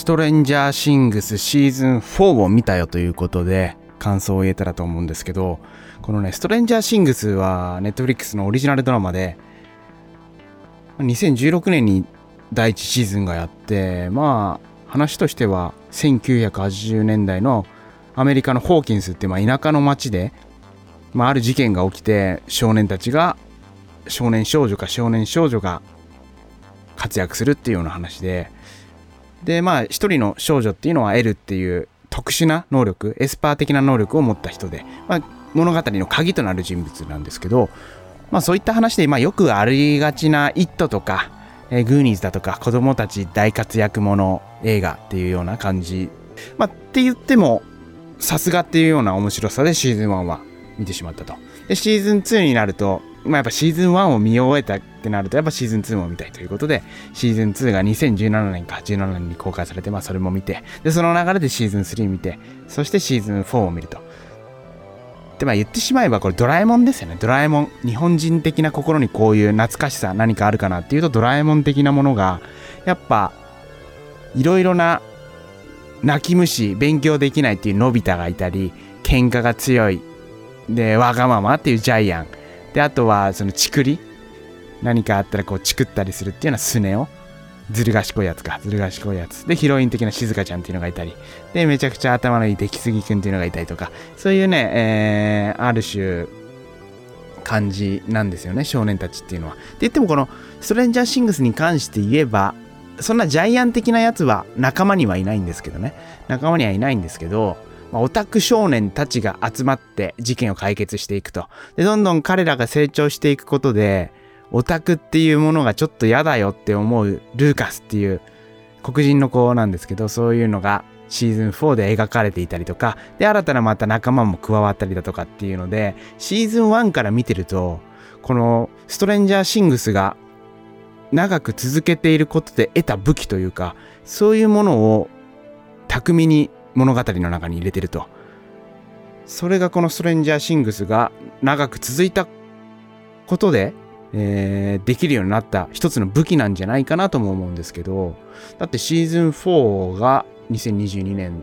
トレンジャーシングスシーズン4を見たよということで感想を言えたらと思うんですけど、このねストレンジャーシングスはネットフリックスのオリジナルドラマで2016年に第1シーズンがやって、話としては1980年代のアメリカのホーキンスって田舎の町で、ある事件が起きて少年少女が活躍するっていうような話で、一人の少女っていうのはエルっていう特殊な能力、エスパー的な能力を持った人で、物語の鍵となる人物なんですけど、そういった話で、よくありがちなイットとか、グーニーズだとか子供たち大活躍もの映画っていうような感じ、って言ってもさすがっていうような面白さでシーズン1は見てしまったと。でシーズン2になると、やっぱシーズン1を見終えたってなるとやっぱシーズン2も見たいということで、シーズン2が2017年か17年に公開されて、それも見て、でその流れでシーズン3見て、そしてシーズン4を見ると。で言ってしまえばこれドラえもんですよね。ドラえもん、日本人的な心にこういう懐かしさ何かあるかなっていうと、ドラえもん的なものがやっぱいろいろな泣き虫、勉強できないっていうのび太がいたり、喧嘩が強いでわがままっていうジャイアンで、あとはそのチクリ、何かあったらこうチクったりするっていうようなスネ夫、ずる賢いやつで、ヒロイン的な静香ちゃんっていうのがいたりで、めちゃくちゃ頭のいい出来すぎくんっていうのがいたりとか、そういうね、ある種感じなんですよね、少年たちっていうのは。で言ってもこのストレンジャーシングスに関して言えば、そんなジャイアン的なやつは仲間にはいないんですけど、オタク少年たちが集まって事件を解決していくと。でどんどん彼らが成長していくことで、オタクっていうものがちょっと嫌だよって思うルーカスっていう黒人の子なんですけど、そういうのがシーズン4で描かれていたりとかで、新たなまた仲間も加わったりだとかっていうので、シーズン1から見てると、このストレンジャーシングスが長く続けていることで得た武器というか、そういうものを巧みに物語の中に入れてると。それがこのストレンジャーシングスが長く続いたことで、できるようになった一つの武器なんじゃないかなとも思うんですけど、だってシーズン4が2022年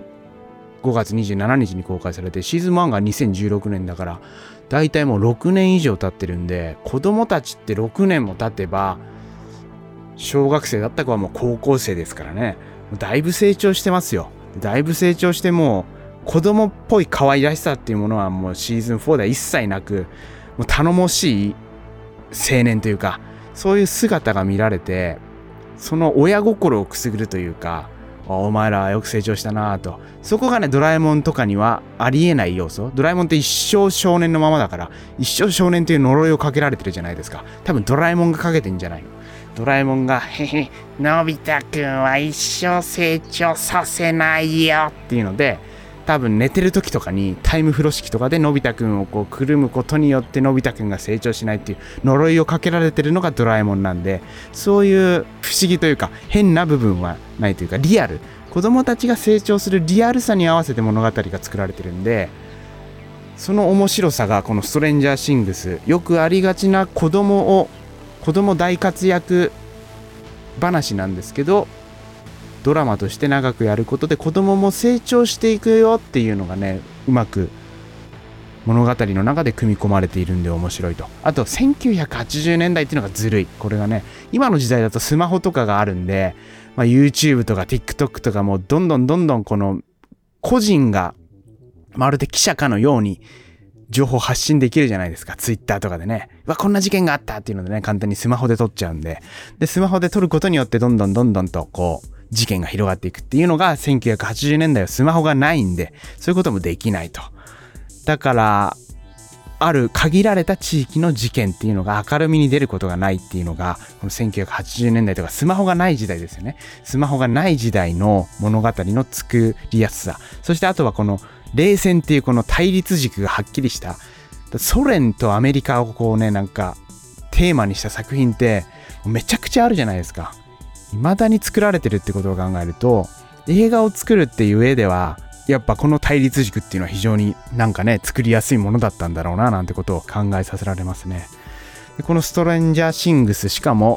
5月27日に公開されて、シーズン1が2016年だから、だいたいもう6年以上経ってるんで、子供たちって6年も経てば小学生だった子はもう高校生ですからね。だいぶ成長してますよ。だいぶ成長して、もう子供っぽい可愛らしさっていうものはもうシーズン4では一切なく、もう頼もしい青年というか、そういう姿が見られて、その親心をくすぐるというか、お前らよく成長したなと。そこがね、ドラえもんとかにはありえない要素。ドラえもんって一生少年のままだから、一生少年という呪いをかけられてるじゃないですか。多分ドラえもんがかけてんじゃないの。ドラえもんがのび太くんは一生成長させないよっていうので、多分寝てる時とかにタイム風呂敷とかでのび太くんをこうくるむことによってのび太くんが成長しないっていう呪いをかけられてるのがドラえもんなんで、そういう不思議というか変な部分はないというか、リアル、子供たちが成長するリアルさに合わせて物語が作られてるんで、その面白さがこのストレンジャーシングス、よくありがちな子供大活躍話なんですけど、ドラマとして長くやることで子供も成長していくよっていうのがね、うまく物語の中で組み込まれているんで面白いと。あと1980年代っていうのがずるい。これがね、今の時代だとスマホとかがあるんで、YouTube とか TikTok とかもどんどんこの個人がまるで記者かのように情報発信できるじゃないですか。Twitter とかでね、こんな事件があったっていうのでね、簡単にスマホで撮っちゃうんで、スマホで撮ることによってどんどんとこう事件が広がっていくっていうのが、1980年代はスマホがないんで、そういうこともできないと。だからある限られた地域の事件っていうのが明るみに出ることがないっていうのが、この1980年代とかスマホがない時代ですよね。スマホがない時代の物語の作りやすさ、そしてあとはこの冷戦っていうこの対立軸がはっきりした、ソ連とアメリカをこうね、なんかテーマにした作品ってめちゃくちゃあるじゃないですか。未だに作られてるってことを考えると、映画を作るっていう上ではやっぱこの対立軸っていうのは非常になんかね、作りやすいものだったんだろうななんてことを考えさせられますね。でこのストレンジャーシングス、しかも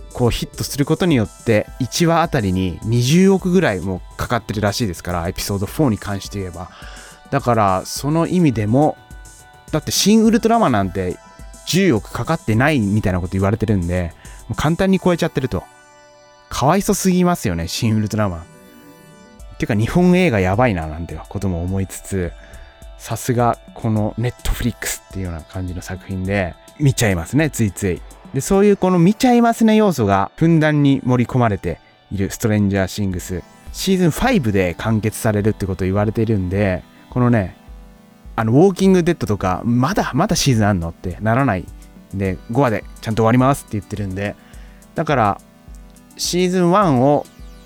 こうヒットすることによって1話あたりに20億ぐらいもかかってるらしいですから、エピソード4に関して言えば。だからその意味でも、だって新ウルトラマンなんて10億かかってないみたいなこと言われてるんで、もう簡単に超えちゃってると。かわいそすぎますよね、新ウルトラマン。っていうか日本映画やばいななんてことも思いつつ、さすがこのネットフリックスっていうような感じの作品で見ちゃいますね、ついつい。で、そういうこの見ちゃいますね要素がふんだんに盛り込まれているストレンジャーシングス。シーズン5で完結されるってことを言われているんで、このね、ウォーキングデッドとかまだシーズンあんのってならないんで、5話でちゃんと終わりますって言ってるんで、だからシーズン1を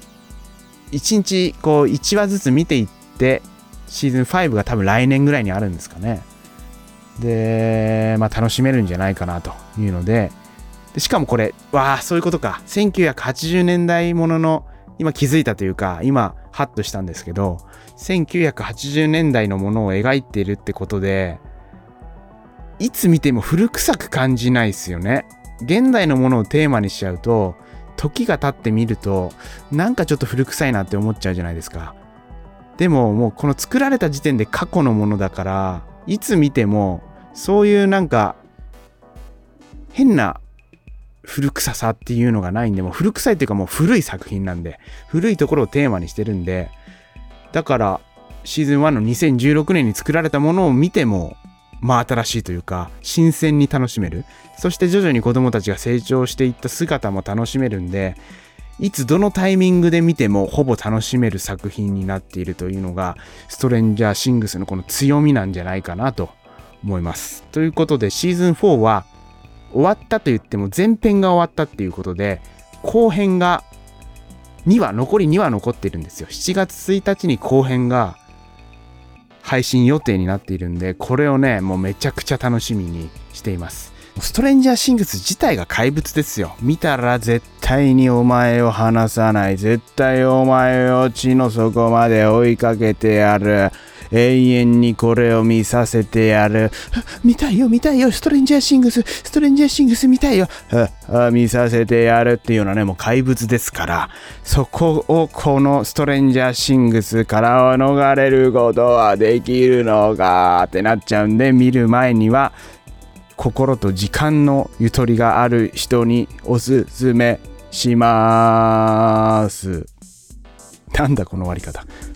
1日こう1話ずつ見ていって、シーズン5が多分来年ぐらいにあるんですかね。で、楽しめるんじゃないかなというので、しかもこれ、そういうことか。1980年代ものの、今気づいたというか、今ハッとしたんですけど、1980年代のものを描いているってことで、いつ見ても古臭く感じないですよね。現代のものをテーマにしちゃうと、時が経ってみると、なんかちょっと古臭いなって思っちゃうじゃないですか。でももうこの作られた時点で過去のものだから、いつ見てもそういうなんか変な古臭さっていうのがないんで、もう古臭いっていうかもう古い作品なんで、古いところをテーマにしてるんで、だからシーズン1の2016年に作られたものを見ても新しいというか新鮮に楽しめる。そして徐々に子供たちが成長していった姿も楽しめるんで、いつどのタイミングで見てもほぼ楽しめる作品になっているというのがストレンジャーシングスのこの強みなんじゃないかなと思います。ということでシーズン4は終わったと言っても前編が終わったっていうことで、後編が残り2話残っているんですよ。7月1日に後編が配信予定になっているんで、これをねもうめちゃくちゃ楽しみにしています。ストレンジャーシングス自体が怪物ですよ。見たら絶対にお前を離さない。絶対お前を地の底まで追いかけてやる。永遠にこれを見させてやる。見たいよストレンジャーシングス見たいよ。見させてやるっていうのはね、もう怪物ですから、そこをこのストレンジャーシングスからは逃れることはできるのかってなっちゃうんで、見る前には心と時間のゆとりがある人におすすめします。なんだこの終わり方。